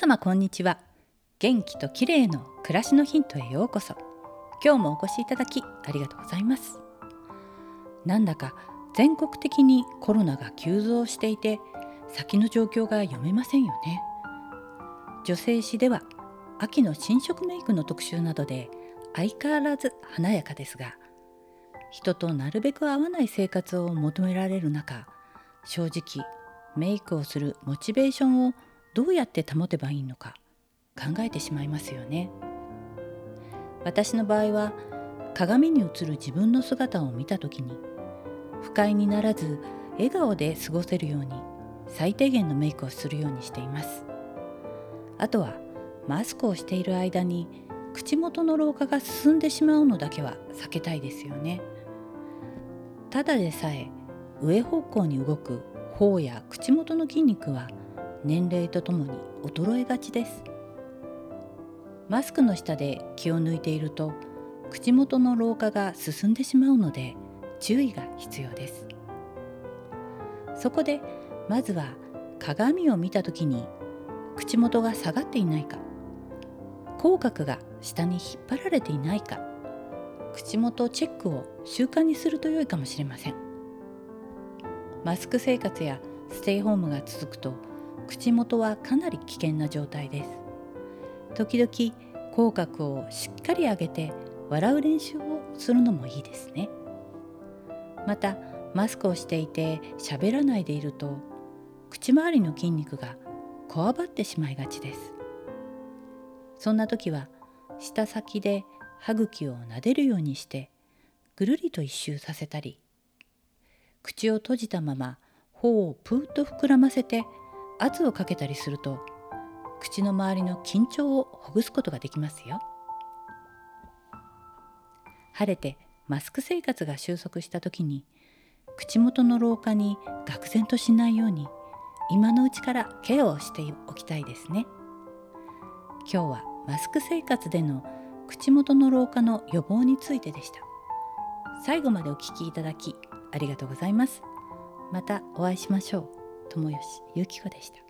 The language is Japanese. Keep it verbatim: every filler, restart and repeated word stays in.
様こんにちは。元気と綺麗の暮らしのヒントへようこそ。今日もお越しいただきありがとうございます。なんだか全国的にコロナが急増していて、先の状況が読めませんよね。女性誌では秋の新色メイクの特集などで相変わらず華やかですが、人となるべく合わない生活を求められる中、正直メイクをするモチベーションをどうやって保てばいいのか考えてしまいますよね。私の場合は鏡に映る自分の姿を見たときに、不快にならず笑顔で過ごせるように最低限のメイクをするようにしています。あとはマスクをしている間に口元の老化が進んでしまうのだけは避けたいですよね。ただでさえ上方向に動く頬や口元の筋肉は年齢とともに衰えがちです。マスクの下で気を抜いていると口元の老化が進んでしまうので注意が必要です。そこでまずは鏡を見たときに口元が下がっていないか、口角が下に引っ張られていないか、口元チェックを習慣にすると良いかもしれません。マスク生活やステイホームが続くと口元はかなり危険な状態です。時々口角をしっかり上げて笑う練習をするのもいいですね。またマスクをしていて喋らないでいると口周りの筋肉がこわばってしまいがちです。そんな時は舌先で歯茎を撫でるようにしてぐるりと一周させたり、口を閉じたまま頬をプーッと膨らませて圧をかけたりすると口の周りの緊張をほぐすことができますよ。晴れてマスク生活が収束した時に口元の老化に愕然としないように今のうちからケアをしておきたいですね。今日はマスク生活での口元の老化の予防についてでした。最後までお聞きいただきありがとうございます。またお会いしましょう。友吉ゆき子でした。